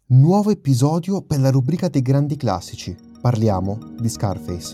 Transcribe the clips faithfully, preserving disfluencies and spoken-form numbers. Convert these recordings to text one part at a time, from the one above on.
Nuovo episodio per la rubrica dei grandi classici. Parliamo di Scarface.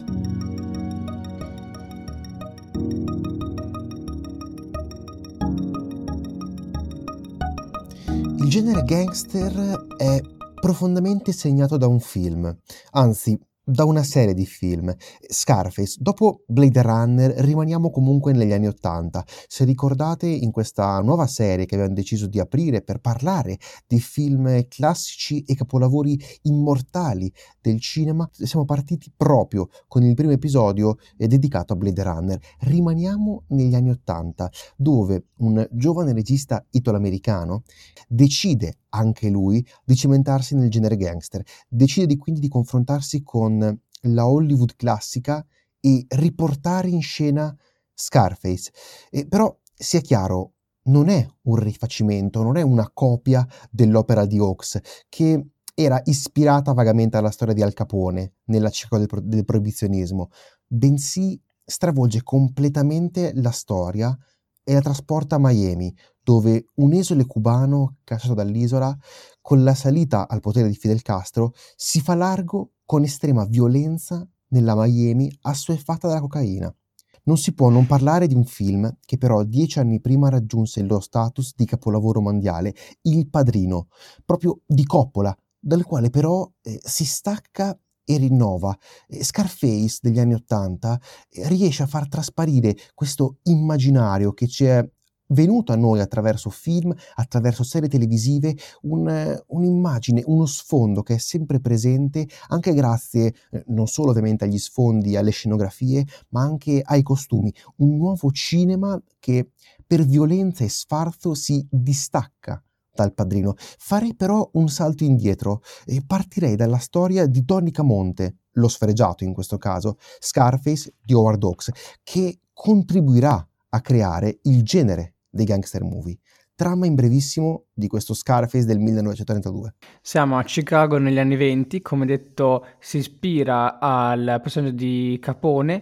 Il genere gangster è profondamente segnato da un film, anzi da una serie di film. Scarface, dopo Blade Runner rimaniamo comunque negli anni ottanta. Se ricordate, in questa nuova serie che abbiamo deciso di aprire per parlare di film classici e capolavori immortali del cinema, siamo partiti proprio con il primo episodio eh, dedicato a Blade Runner. Rimaniamo negli anni ottanta, dove un giovane regista italo-americano decide anche lui di cimentarsi nel genere gangster, decide di, quindi di confrontarsi con la Hollywood classica e riportare in scena Scarface. E però sia chiaro, non è un rifacimento, non è una copia dell'opera di Hawks, che era ispirata vagamente alla storia di Al Capone nella ciclo del, pro- del proibizionismo, bensì stravolge completamente la storia e la trasporta a Miami, dove un esule cubano cacciato dall'isola, con la salita al potere di Fidel Castro, si fa largo con estrema violenza nella Miami assuefatta dalla cocaina. Non si può non parlare di un film che però dieci anni prima raggiunse lo status di capolavoro mondiale, Il Padrino, proprio di Coppola, dal quale però eh, si stacca e rinnova. Eh, Scarface degli anni Ottanta eh, riesce a far trasparire questo immaginario che ci è venuto a noi attraverso film, attraverso serie televisive, un, un'immagine, uno sfondo che è sempre presente, anche grazie eh, non solo ovviamente agli sfondi, alle scenografie, ma anche ai costumi. Un nuovo cinema che per violenza e sfarzo si distacca dal Padrino. Farei però un salto indietro e partirei dalla storia di Tony Camonte, lo sfregiato in questo caso, Scarface di Howard Hawks, che contribuirà a creare il genere dei gangster movie. Trama in brevissimo di questo Scarface del millenovecentotrentadue. Siamo a Chicago negli anni venti, come detto si ispira al personaggio di Capone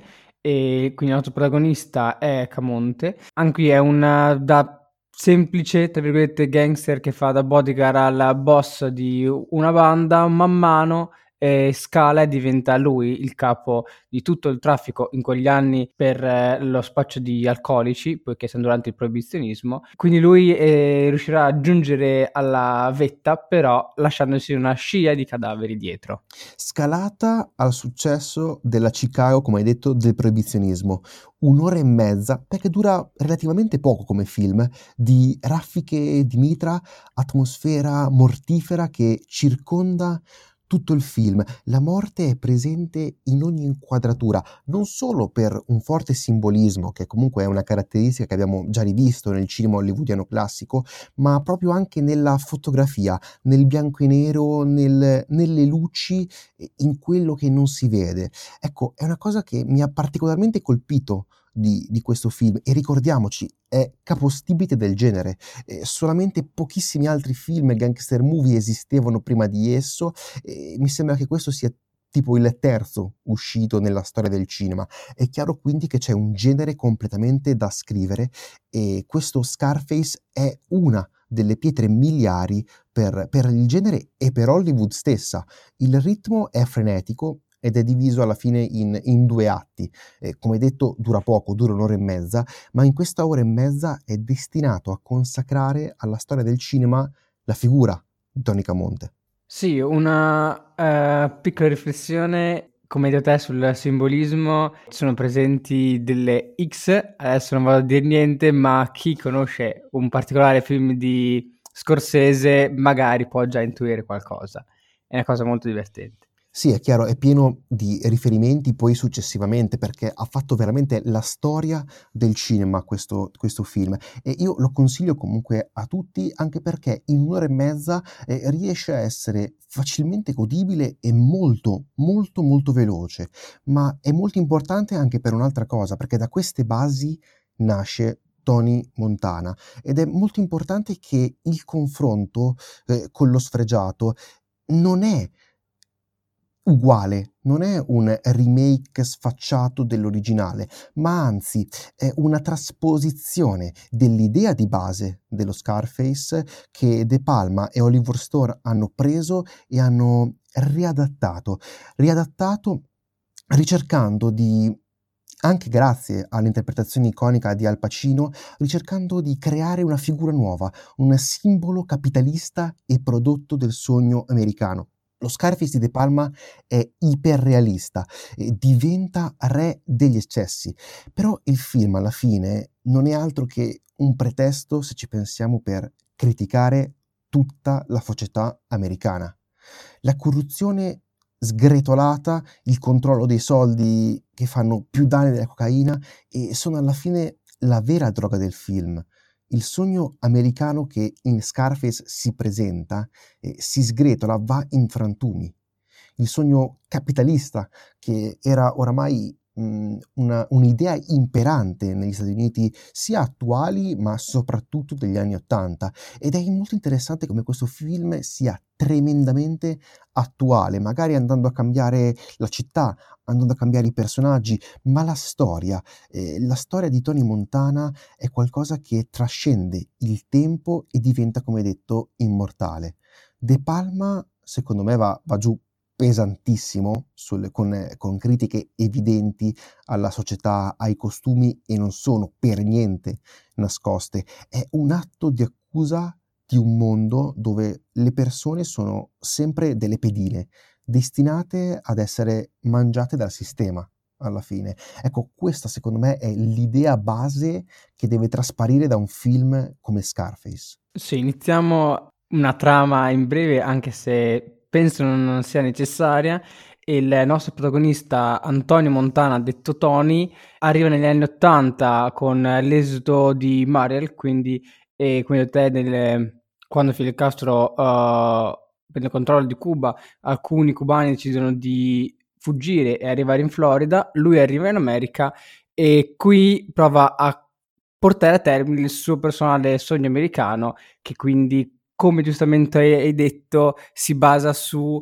e quindi il nostro protagonista è Camonte. Anche qui è una da semplice, tra virgolette, gangster che fa da bodyguard al boss di una banda, man mano eh, scala e diventa lui il capo di tutto il traffico in quegli anni per eh, lo spaccio di alcolici, poiché siamo durante il proibizionismo. Quindi lui eh, riuscirà a giungere alla vetta, però lasciandosi una scia di cadaveri dietro. Scalata al successo della Chicago, come hai detto, del proibizionismo. Un'ora e mezza, perché dura relativamente poco come film, di raffiche di mitra, atmosfera mortifera che circonda tutto il film. La morte è presente in ogni inquadratura, non solo per un forte simbolismo, che comunque è una caratteristica che abbiamo già rivisto nel cinema hollywoodiano classico, ma proprio anche nella fotografia, nel bianco e nero, nel, nelle luci, in quello che non si vede. Ecco, è una cosa che mi ha particolarmente colpito di, di questo film, e ricordiamoci, è capostipite del genere. Eh, solamente pochissimi altri film gangster movie esistevano prima di esso, e mi sembra che questo sia tipo il terzo uscito nella storia del cinema. È chiaro quindi che c'è un genere completamente da scrivere, e questo Scarface è una delle pietre miliari per, per il genere e per Hollywood stessa. Il ritmo è frenetico ed è diviso alla fine in, in due atti. Eh, come detto, dura poco, dura un'ora e mezza, ma in questa ora e mezza è destinato a consacrare alla storia del cinema la figura di Tony Camonte. Sì, una eh, piccola riflessione, come hai detto te, sul simbolismo. Ci sono presenti delle X, adesso non vado a dire niente, ma chi conosce un particolare film di Scorsese magari può già intuire qualcosa. È una cosa molto divertente. Sì, è chiaro, è pieno di riferimenti poi successivamente, perché ha fatto veramente la storia del cinema questo, questo film, e io lo consiglio comunque a tutti, anche perché in un'ora e mezza eh, riesce a essere facilmente godibile e molto, molto, molto veloce, ma è molto importante anche per un'altra cosa, perché da queste basi nasce Tony Montana, ed è molto importante che il confronto eh, con lo sfregiato non è uguale, non è un remake sfacciato dell'originale, ma anzi è una trasposizione dell'idea di base dello Scarface che De Palma e Oliver Stone hanno preso e hanno riadattato, riadattato ricercando di anche grazie all'interpretazione iconica di Al Pacino, ricercando di creare una figura nuova, un simbolo capitalista e prodotto del sogno americano. Lo Scarface di De Palma è iperrealista e diventa re degli eccessi, però il film alla fine non è altro che un pretesto, se ci pensiamo, per criticare tutta la società americana. La corruzione sgretolata, il controllo dei soldi che fanno più danni della cocaina e sono alla fine la vera droga del film. Il sogno americano che in Scarface si presenta, eh, si sgretola, va in frantumi. Il sogno capitalista che era oramai mh, una, un'idea imperante negli Stati Uniti, sia attuali ma soprattutto degli anni Ottanta. Ed è molto interessante come questo film sia tremendamente attuale, magari andando a cambiare la città, andando a cambiare i personaggi, ma la storia, eh, la storia di Tony Montana è qualcosa che trascende il tempo e diventa, come detto, immortale. De Palma, secondo me, va, va giù pesantissimo sul- con, eh, con critiche evidenti alla società, ai costumi e non sono per niente nascoste. È un atto di accusa di un mondo dove le persone sono sempre delle pedine, destinate ad essere mangiate dal sistema alla fine. Ecco, questa secondo me è l'idea base che deve trasparire da un film come Scarface. Sì, iniziamo una trama in breve, anche se penso non sia necessaria. Il nostro protagonista Antonio Montana, detto Tony, arriva negli anni ottanta con l'esodo di Mariel, quindi, e come detto te, nel- quando Fidel Castro uh, prende il controllo di Cuba, alcuni cubani decidono di fuggire e arrivare in Florida, lui arriva in America e qui prova a portare a termine il suo personale sogno americano, che quindi, come giustamente hai hai detto, si basa sul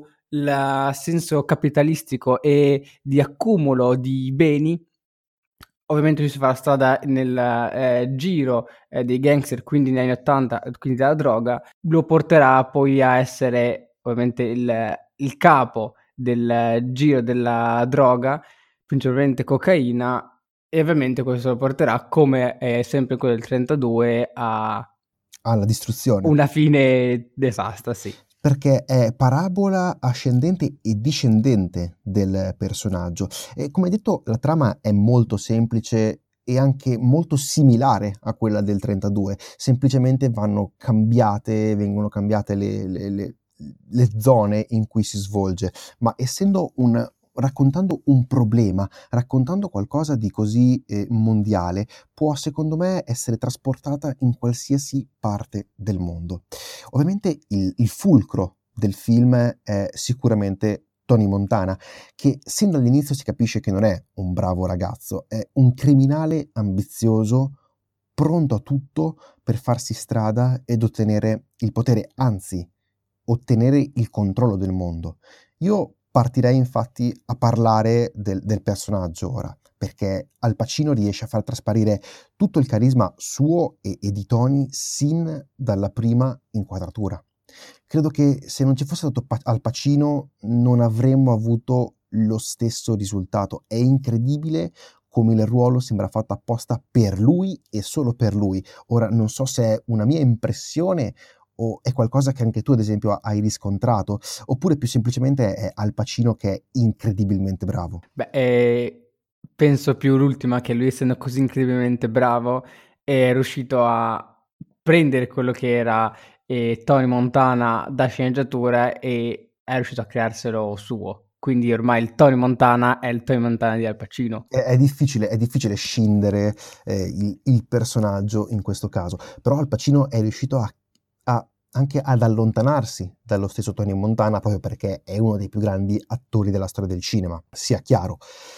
senso capitalistico e di accumulo di beni. Ovviamente lui si fa la strada nel eh, giro eh, dei gangster, quindi negli anni ottanta, quindi della droga, lo porterà poi a essere ovviamente il, il capo del giro della droga, principalmente cocaina, e ovviamente questo lo porterà, come è sempre quello del trentadue, a Alla distruzione. una fine nefasta, sì. Perché è parabola ascendente e discendente del personaggio. E come detto, la trama è molto semplice e anche molto similare a quella del trentadue, semplicemente vanno cambiate, vengono cambiate le, le, le, le zone in cui si svolge, ma essendo un raccontando un problema, raccontando qualcosa di così eh, mondiale, può secondo me essere trasportata in qualsiasi parte del mondo. Ovviamente il, il fulcro del film è sicuramente Tony Montana, che sin dall'inizio si capisce che non è un bravo ragazzo, è un criminale ambizioso, pronto a tutto per farsi strada ed ottenere il potere, anzi, ottenere il controllo del mondo. Io partirei infatti a parlare del, del personaggio ora, perché Al Pacino riesce a far trasparire tutto il carisma suo e, e di Tony sin dalla prima inquadratura. Credo che se non ci fosse stato Pa- Al Pacino non avremmo avuto lo stesso risultato. È incredibile come il ruolo sembra fatto apposta per lui e solo per lui. Ora non so se è una mia impressione o è qualcosa che anche tu ad esempio hai riscontrato, oppure più semplicemente è Al Pacino che è incredibilmente bravo. Beh, eh, penso più l'ultima, che lui, essendo così incredibilmente bravo, è riuscito a prendere quello che era eh, Tony Montana da sceneggiatura e è riuscito a crearselo suo. Quindi ormai il Tony Montana è il Tony Montana di Al Pacino. È, è difficile, è difficile scindere eh, il, il personaggio in questo caso, però Al Pacino è riuscito a, a- anche ad allontanarsi dallo stesso Tony Montana proprio perché è uno dei più grandi attori della storia del cinema, sia chiaro.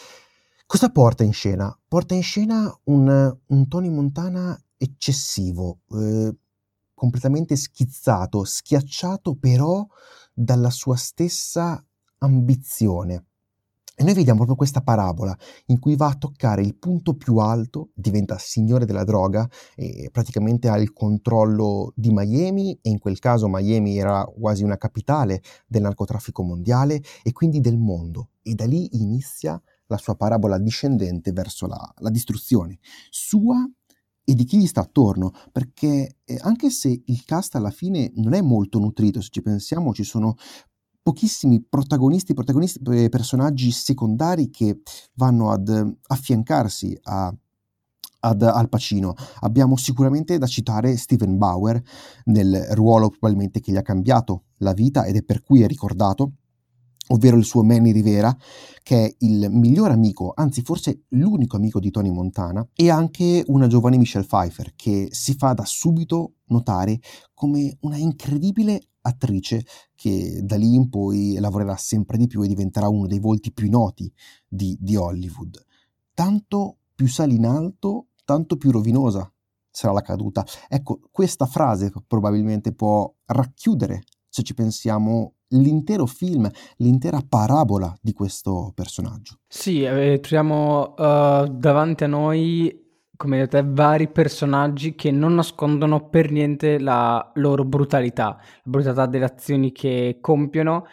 Cosa porta in scena? Porta in scena un, un Tony Montana eccessivo, eh, completamente schizzato, schiacciato però dalla sua stessa ambizione. E noi vediamo proprio questa parabola in cui va a toccare il punto più alto, diventa signore della droga e praticamente ha il controllo di Miami, e in quel caso Miami era quasi una capitale del narcotraffico mondiale e quindi del mondo. E da lì inizia la sua parabola discendente verso la, la distruzione sua e di chi gli sta attorno, perché eh, anche se il cast alla fine non è molto nutrito, se ci pensiamo ci sono pochissimi protagonisti, protagonisti eh, personaggi secondari che vanno ad eh, affiancarsi a, ad Al Pacino. Abbiamo sicuramente da citare Steven Bauer nel ruolo probabilmente che gli ha cambiato la vita ed è per cui è ricordato, ovvero il suo Manny Rivera, che è il miglior amico, anzi forse l'unico amico di Tony Montana, e anche una giovane Michelle Pfeiffer, che si fa da subito notare come una incredibile attrice che da lì in poi lavorerà sempre di più e diventerà uno dei volti più noti di, di Hollywood. Tanto più sali in alto, tanto più rovinosa sarà la caduta. Ecco, questa frase probabilmente può racchiudere, se ci pensiamo, l'intero film, l'intera parabola di questo personaggio. Sì, eh, troviamo uh, davanti a noi, come detto, vari personaggi che non nascondono per niente la loro brutalità, la brutalità delle azioni che compiono,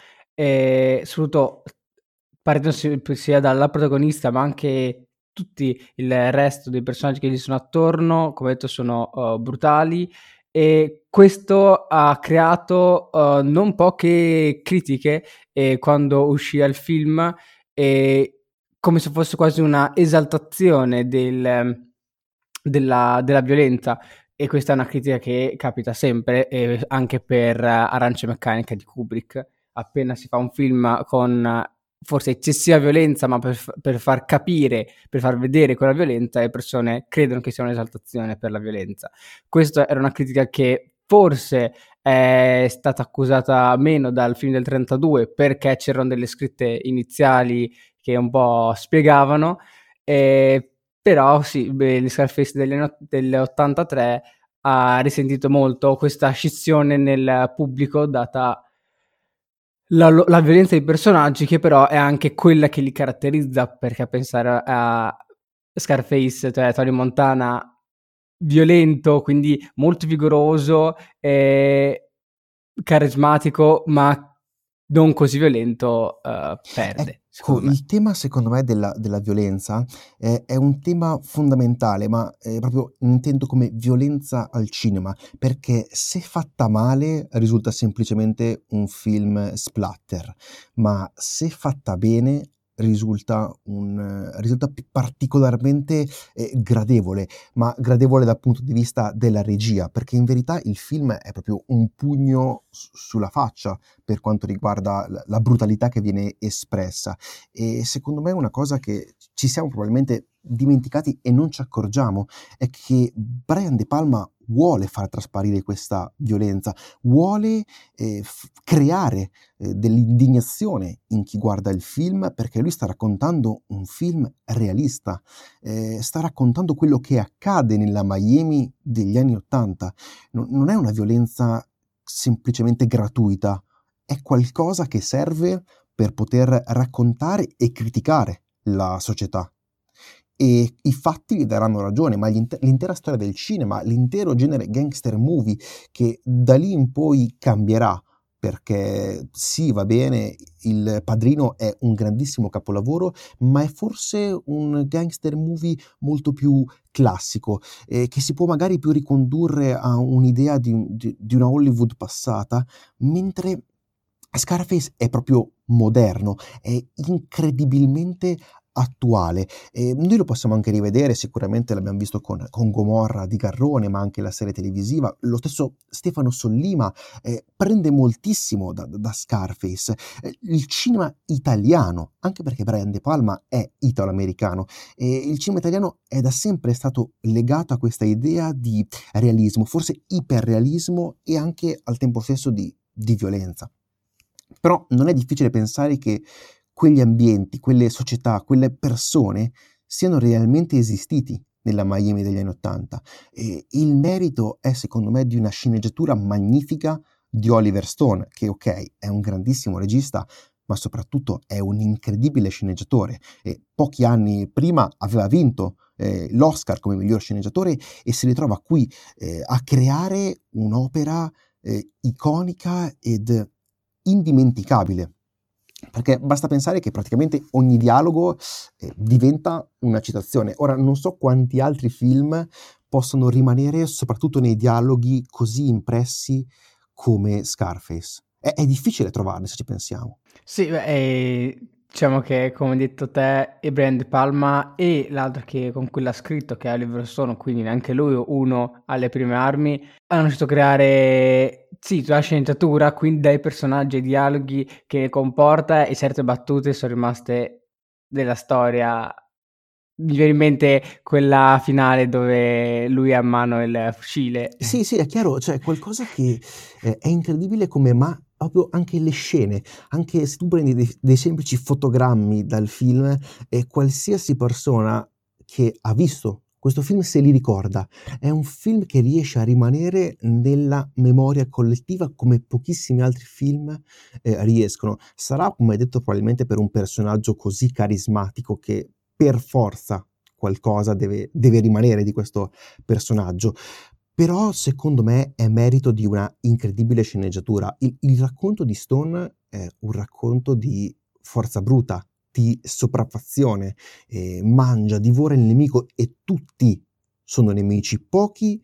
e soprattutto partendo si- sia dalla protagonista, ma anche tutti il resto dei personaggi che gli sono attorno, come detto, sono uh, brutali. E questo ha creato uh, non poche critiche eh, quando uscì il film, e come se fosse quasi una esaltazione del, della, della violenza. E questa è una critica che capita sempre, eh, anche per Arancia Meccanica di Kubrick. Appena si fa un film con forse eccessiva violenza, ma per, per far capire, per far vedere quella violenza, le persone credono che sia un'esaltazione per la violenza. Questa era una critica che forse è stata accusata meno dal film del trentadue, perché c'erano delle scritte iniziali che un po' spiegavano, eh, però sì, beh, il Scarface delle, dell'ottantatré ha risentito molto questa scissione nel pubblico, data la, la violenza dei personaggi, che però è anche quella che li caratterizza, perché a pensare a Scarface, cioè Tony Montana, violento, quindi molto vigoroso, eh, carismatico, ma non così violento, uh, perde, Ecco, secondo me. il tema secondo me della, della violenza eh, è un tema fondamentale, ma eh, proprio intendo come violenza al cinema, perché se fatta male risulta semplicemente un film splatter, ma se fatta bene risulta, un, eh, risulta pi- particolarmente eh, gradevole, ma gradevole dal punto di vista della regia, perché in verità il film è proprio un pugno su- sulla faccia per quanto riguarda la, la brutalità che viene espressa. E secondo me una cosa che ci siamo probabilmente dimenticati e non ci accorgiamo è che Brian De Palma vuole far trasparire questa violenza, vuole eh, f- creare eh, dell'indignazione in chi guarda il film, perché lui sta raccontando un film realista, eh, sta raccontando quello che accade nella Miami degli anni Ottanta. Non, non è una violenza semplicemente gratuita, è qualcosa che serve per poter raccontare e criticare la società. E i fatti gli daranno ragione, ma l'intera storia del cinema, l'intero genere gangster movie, che da lì in poi cambierà, perché sì, va bene, Il Padrino è un grandissimo capolavoro, ma è forse un gangster movie molto più classico, eh, che si può magari più ricondurre a un'idea di, di, di una Hollywood passata, mentre Scarface è proprio moderno, è incredibilmente attuale. E noi lo possiamo anche rivedere, sicuramente l'abbiamo visto con, con Gomorra di Garrone, ma anche la serie televisiva. Lo stesso Stefano Sollima eh, prende moltissimo da, da Scarface. Eh, il cinema italiano, anche perché Brian De Palma è italo-americano, e il cinema italiano è da sempre stato legato a questa idea di realismo, forse iperrealismo e anche al tempo stesso di, di violenza. Però non è difficile pensare che quegli ambienti, quelle società, quelle persone siano realmente esistiti nella Miami degli anni Ottanta. E il merito è, secondo me, di una sceneggiatura magnifica di Oliver Stone, che ok, è un grandissimo regista, ma soprattutto è un incredibile sceneggiatore e pochi anni prima aveva vinto eh, l'Oscar come miglior sceneggiatore e si ritrova qui eh, a creare un'opera eh, iconica ed indimenticabile. Perché basta pensare che praticamente ogni dialogo eh, diventa una citazione. Ora, non so quanti altri film possono rimanere, soprattutto nei dialoghi, così impressi come Scarface. È, è difficile trovarne, se ci pensiamo. Sì, beh, eh, diciamo che come hai detto te, e Brian De Palma e l'altro che con cui l'ha scritto, che è Oliver Stone, quindi neanche lui uno alle prime armi, hanno riuscito a creare, sì, la sceneggiatura, quindi dai personaggi ai dialoghi che ne comporta e certe battute sono rimaste della storia. Mi viene in mente quella finale dove lui ha a mano il fucile. Sì, sì, è chiaro, cioè qualcosa che eh, è incredibile come, ma proprio anche le scene, anche se tu prendi dei, dei semplici fotogrammi dal film, e qualsiasi persona che ha visto questo film se li ricorda. È un film che riesce a rimanere nella memoria collettiva come pochissimi altri film eh, riescono. Sarà, come hai detto, probabilmente per un personaggio così carismatico che per forza qualcosa deve, deve rimanere di questo personaggio. Però secondo me è merito di una incredibile sceneggiatura. Il, il racconto di Stone è un racconto di forza bruta, di sopraffazione, eh, mangia, divora il nemico e tutti sono nemici, pochi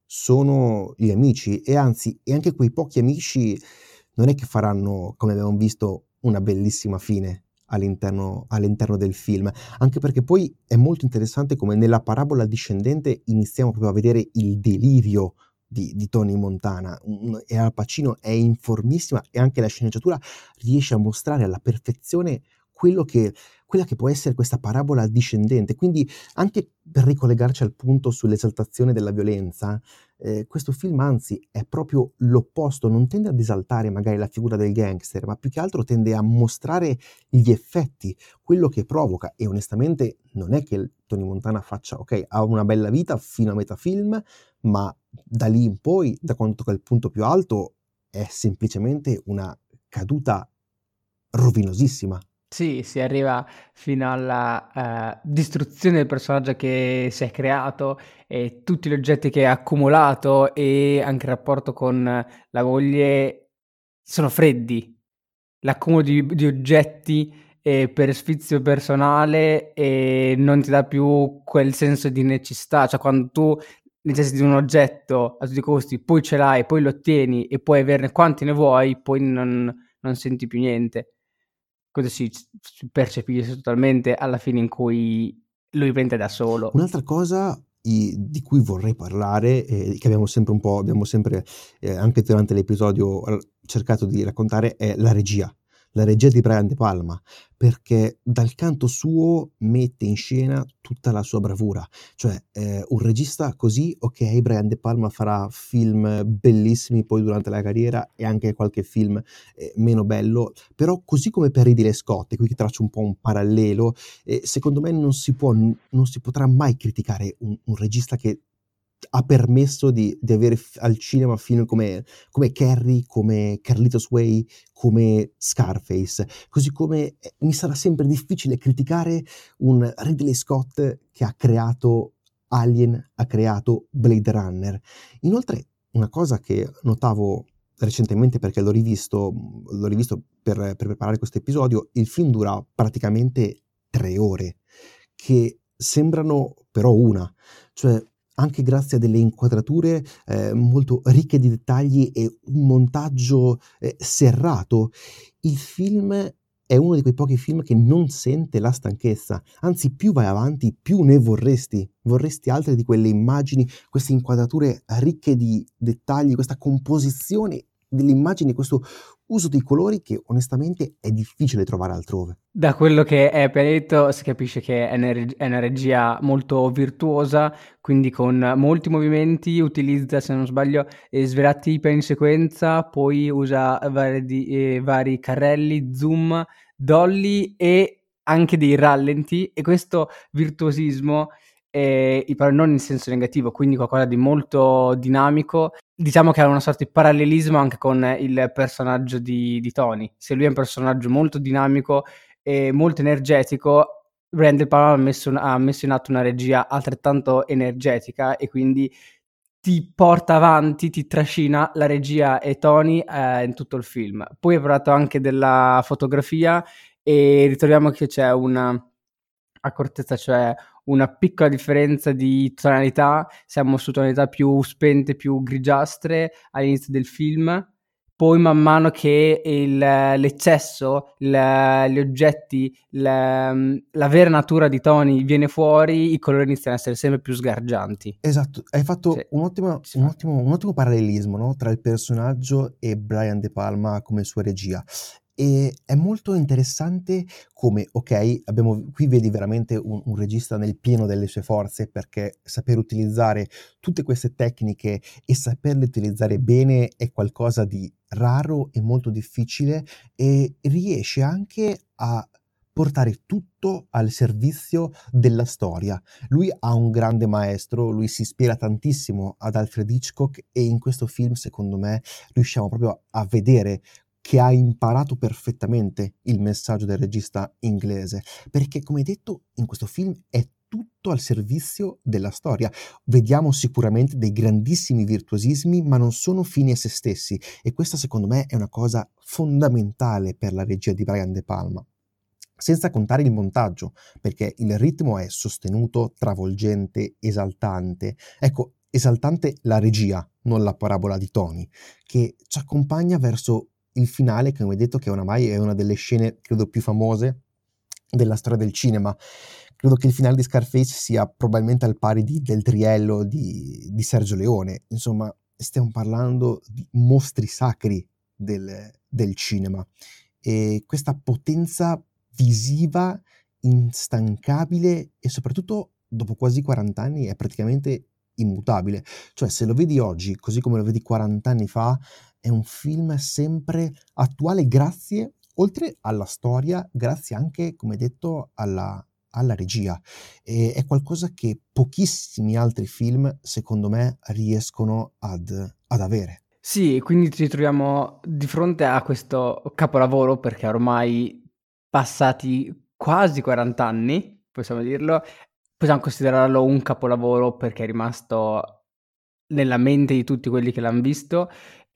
sono gli amici e anzi, e anche quei pochi amici non è che faranno, come abbiamo visto, una bellissima fine all'interno, all'interno del film, anche perché poi è molto interessante come nella parabola discendente iniziamo proprio a vedere il delirio di, di Tony Montana, mm, e Al Pacino è informissima e anche la sceneggiatura riesce a mostrare alla perfezione quello che, quella che può essere questa parabola discendente. Quindi anche per ricollegarci al punto sull'esaltazione della violenza, eh, questo film anzi è proprio l'opposto, non tende ad esaltare magari la figura del gangster, ma più che altro tende a mostrare gli effetti, quello che provoca. E onestamente non è che Tony Montana faccia, ok, ha una bella vita fino a metà film, ma da lì in poi, da quando tocca il punto più alto, è semplicemente una caduta rovinosissima. Sì, si arriva fino alla eh, distruzione del personaggio che si è creato e tutti gli oggetti che ha accumulato e anche il rapporto con la moglie sono freddi. L'accumulo di, di oggetti eh, per sfizio personale e non ti dà più quel senso di necessità. Cioè quando tu necessiti di un oggetto a tutti i costi, poi ce l'hai, poi lo ottieni e puoi averne quanti ne vuoi, poi non, non senti più niente. Questo si, si percepisce totalmente alla fine in cui lui prende da solo. Un'altra cosa i- di cui vorrei parlare, eh, che abbiamo sempre un po', abbiamo sempre eh, anche durante l'episodio eh, cercato di raccontare, è la regia. La regia di Brian De Palma, perché dal canto suo mette in scena tutta la sua bravura. Cioè, eh, un regista così, ok, Brian De Palma farà film bellissimi poi durante la carriera e anche qualche film eh, meno bello, però così come per Ridley Scott, e qui traccio un po' un parallelo, eh, secondo me non si può, non si potrà mai criticare un, un regista che ha permesso di, di avere f- al cinema film come, come Carrie, come Carlitos Way, come Scarface, così come eh, mi sarà sempre difficile criticare un Ridley Scott che ha creato Alien, ha creato Blade Runner. Inoltre, una cosa che notavo recentemente, perché l'ho rivisto, l'ho rivisto per, per preparare questo episodio, il film dura praticamente tre ore, che sembrano però una, cioè anche grazie a delle inquadrature eh, molto ricche di dettagli e un montaggio eh, serrato, il film è uno di quei pochi film che non sente la stanchezza, anzi più vai avanti più ne vorresti, vorresti altre di quelle immagini, queste inquadrature ricche di dettagli, questa composizione delle immagini, questo uso dei colori che onestamente è difficile trovare altrove. Da quello che è appena detto si capisce che è una, reg- è una regia molto virtuosa, quindi con molti movimenti, utilizza, se non sbaglio, eh, svelati in sequenza, poi usa vari, di- eh, vari carrelli, zoom, dolly e anche dei rallenti, e questo virtuosismo, eh, però non in senso negativo, quindi qualcosa di molto dinamico, diciamo che ha una sorta di parallelismo anche con il personaggio di, di Tony. Se lui è un personaggio molto dinamico e molto energetico, Brian De Palma ha messo, ha messo in atto una regia altrettanto energetica e quindi ti porta avanti, ti trascina la regia e Tony eh, in tutto il film. Poi ha parlato anche della fotografia e ritroviamo che c'è una accortezza, cioè una piccola differenza di tonalità, siamo su tonalità più spente, più grigiastre all'inizio del film, poi man mano che il, l'eccesso, il, gli oggetti, il, la vera natura di Tony viene fuori, i colori iniziano a essere sempre più sgargianti. Esatto, hai fatto Sì, un ottimo, si un fa. ottimo, un ottimo parallelismo, no, tra il personaggio e Brian De Palma come sua regia. E è molto interessante come, ok, abbiamo, qui vedi veramente un, un regista nel pieno delle sue forze, perché saper utilizzare tutte queste tecniche e saperle utilizzare bene è qualcosa di raro e molto difficile, e riesce anche a portare tutto al servizio della storia. Lui ha un grande maestro, lui si ispira tantissimo ad Alfred Hitchcock, e in questo film, secondo me, riusciamo proprio a vedere che ha imparato perfettamente il messaggio del regista inglese, perché, come detto, in questo film è tutto al servizio della storia. Vediamo sicuramente dei grandissimi virtuosismi, ma non sono fini a se stessi, e questa, secondo me, è una cosa fondamentale per la regia di Brian De Palma. Senza contare il montaggio, perché il ritmo è sostenuto, travolgente, esaltante. Ecco, esaltante la regia, non la parabola di Tony, che ci accompagna verso il finale, che come detto che oramai è una delle scene, credo, più famose della storia del cinema. Credo che il finale di Scarface sia probabilmente al pari di Del Triello di, di Sergio Leone. Insomma, stiamo parlando di mostri sacri del, del cinema. E questa potenza visiva instancabile, e soprattutto dopo quasi quaranta anni è praticamente immutabile. Cioè, se lo vedi oggi così come lo vedi quaranta anni fa, è un film sempre attuale, grazie, oltre alla storia, grazie anche, come detto, alla, alla regia. E è qualcosa che pochissimi altri film, secondo me, riescono ad, ad avere. Sì, quindi ci troviamo di fronte a questo capolavoro, perché ormai passati quasi quaranta anni, possiamo dirlo, possiamo considerarlo un capolavoro perché è rimasto nella mente di tutti quelli che l'han visto,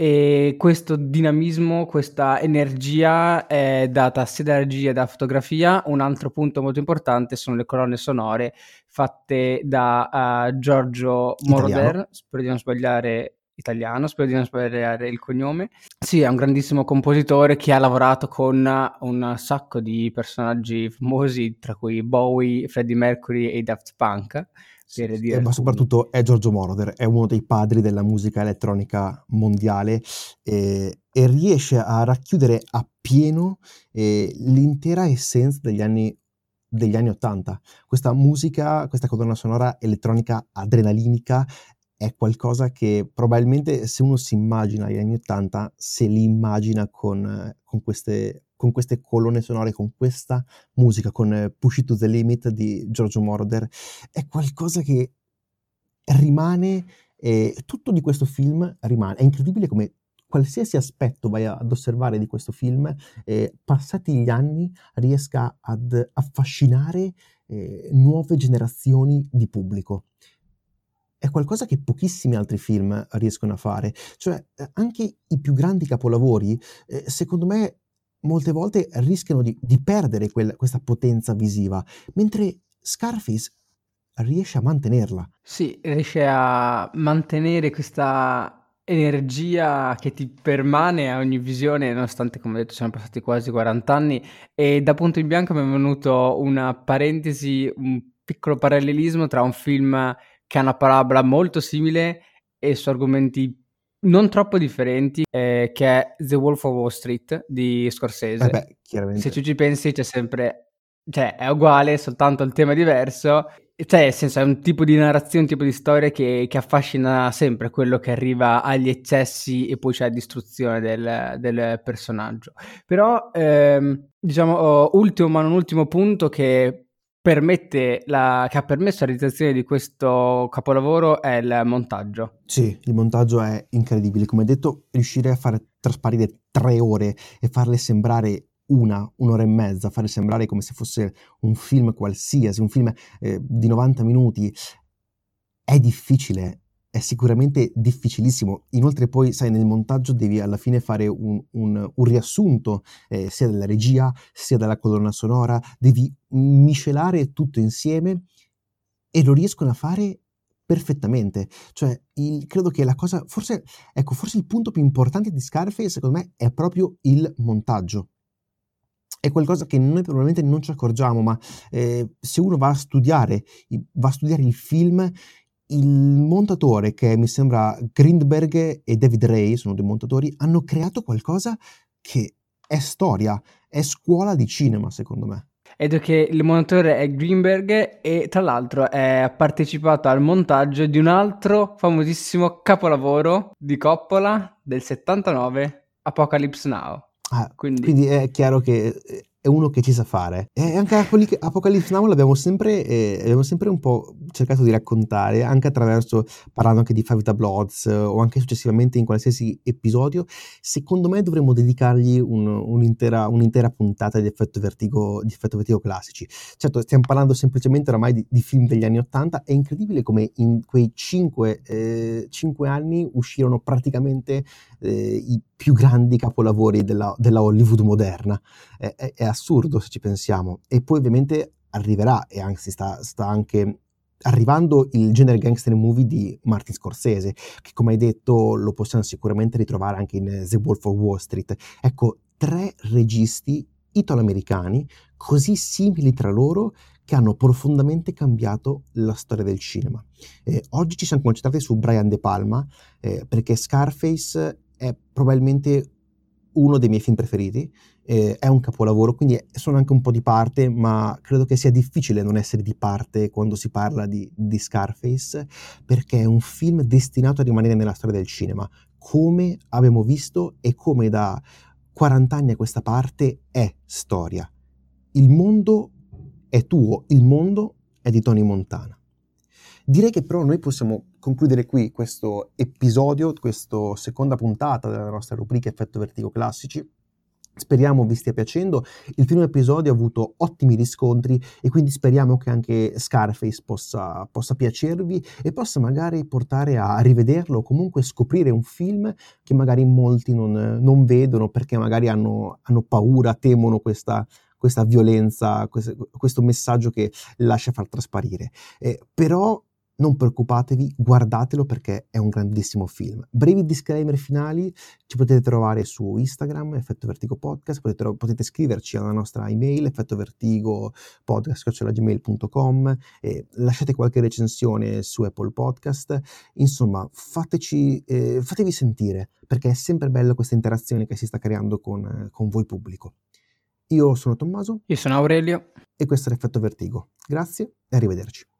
e questo dinamismo, questa energia è data sia dalla regia che dalla fotografia. Un altro punto molto importante sono le colonne sonore fatte da uh, Giorgio Italiano. Moroder, spero di non sbagliare italiano, spero di non sbagliare il cognome. Sì, è un grandissimo compositore che ha lavorato con un sacco di personaggi famosi, tra cui Bowie, Freddie Mercury e i Daft Punk, Sì, per sì, dire eh, ma alcuni. soprattutto è Giorgio Moroder, è uno dei padri della musica elettronica mondiale, e, e riesce a racchiudere appieno eh, l'intera essenza degli anni, degli anni ottanta. Questa musica, questa colonna sonora elettronica adrenalinica è qualcosa che probabilmente, se uno si immagina gli anni ottanta, se li immagina con, eh, con queste, con queste colonne sonore, con questa musica, con eh, Push It to the Limit di Giorgio Moroder. È qualcosa che rimane, ehm, tutto di questo film rimane. È incredibile come qualsiasi aspetto vai ad osservare di questo film, ehm, passati gli anni, riesca ad affascinare, ehm, nuove generazioni di pubblico. È qualcosa che pochissimi altri film riescono a fare. Cioè, ehm, anche i più grandi capolavori, ehm, secondo me, molte volte rischiano di di perdere quel questa potenza visiva, mentre Scarface riesce a mantenerla. Sì, riesce a mantenere questa energia che ti permane a ogni visione, nonostante, come detto, siano passati quasi quaranta anni. E da punto in bianco mi è venuto una parentesi, un piccolo parallelismo tra un film che ha una parabola molto simile e su argomenti non troppo differenti, eh, che è The Wolf of Wall Street di Eh Scorsese. beh, Se chiaramente. tu ci pensi, c'è sempre, cioè è uguale, soltanto il tema è diverso. Cioè, nel senso, è un tipo di narrazione, un tipo di storia che, che affascina sempre, quello che arriva agli eccessi e poi c'è la distruzione del, del personaggio. Però, ehm, diciamo, oh, ultimo ma non ultimo punto che permette la, che ha permesso la realizzazione di questo capolavoro è il montaggio. Sì, il montaggio è incredibile. Come detto, riuscire a fare trasparire tre ore e farle sembrare una, un'ora e mezza, farle sembrare come se fosse un film qualsiasi, un film eh, di novanta minuti, è difficile, è sicuramente difficilissimo. Inoltre poi, sai, nel montaggio devi alla fine fare un, un, un riassunto eh, sia della regia, sia della colonna sonora, devi miscelare tutto insieme e lo riescono a fare perfettamente. Cioè, il, credo che la cosa, forse, ecco, forse il punto più importante di Scarface, secondo me, è proprio il montaggio. È qualcosa che noi probabilmente non ci accorgiamo, ma eh, se uno va a studiare, va a studiare il film, il montatore, che mi sembra Grindberg e David Ray, sono dei montatori, hanno creato qualcosa che è storia, è scuola di cinema, secondo me. Ed è che il montatore è Greenberg e tra l'altro è partecipato al montaggio di un altro famosissimo capolavoro di Coppola del settantanove, Apocalypse Now. Ah, quindi... quindi è chiaro che è uno che ci sa fare. E anche Apocalypse Now l'abbiamo sempre, eh, abbiamo sempre un po' cercato di raccontare, anche attraverso, parlando anche di Five the Bloods, eh, o anche successivamente in qualsiasi episodio. Secondo me dovremmo dedicargli un, un'intera, un'intera puntata di effetto vertigo, di effetto vertigo classici. Certo, stiamo parlando semplicemente oramai di, di film degli anni Ottanta. È incredibile come in quei cinque, eh, cinque anni uscirono praticamente eh, i più grandi capolavori della, della Hollywood moderna. È, è, è assurdo se ci pensiamo. E poi ovviamente arriverà, e anzi sta, sta anche arrivando, il genere gangster movie di Martin Scorsese, che come hai detto lo possiamo sicuramente ritrovare anche in The Wolf of Wall Street. Ecco, tre registi italo-americani così simili tra loro che hanno profondamente cambiato la storia del cinema. Eh, oggi ci siamo concentrati su Brian De Palma, eh, perché Scarface è probabilmente uno dei miei film preferiti, eh, è un capolavoro, quindi sono anche un po' di parte, ma credo che sia difficile non essere di parte quando si parla di, di Scarface, perché è un film destinato a rimanere nella storia del cinema, come abbiamo visto e come da quaranta anni a questa parte è storia. Il mondo è tuo, il mondo è di Tony Montana. Direi che però noi possiamo concludere qui questo episodio, questa seconda puntata della nostra rubrica Effetto Vertigo Classici. Speriamo vi stia piacendo. Il primo episodio ha avuto ottimi riscontri e quindi speriamo che anche Scarface possa, possa piacervi e possa magari portare a rivederlo o comunque scoprire un film che magari molti non, non vedono perché magari hanno, hanno paura, temono questa, questa violenza, questo, questo messaggio che lascia far trasparire. Eh, però non preoccupatevi, guardatelo perché è un grandissimo film. Brevi disclaimer finali, ci potete trovare su Instagram, Effetto Vertigo Podcast, potete, potete scriverci alla nostra email, effettovertigopodcast chiocciola gmail punto com, e lasciate qualche recensione su Apple Podcast, insomma fateci, eh, fatevi sentire, perché è sempre bello questa interazione che si sta creando con, con voi pubblico. Io sono Tommaso. Io sono Aurelio. E questo è l'Effetto Vertigo. Grazie e arrivederci.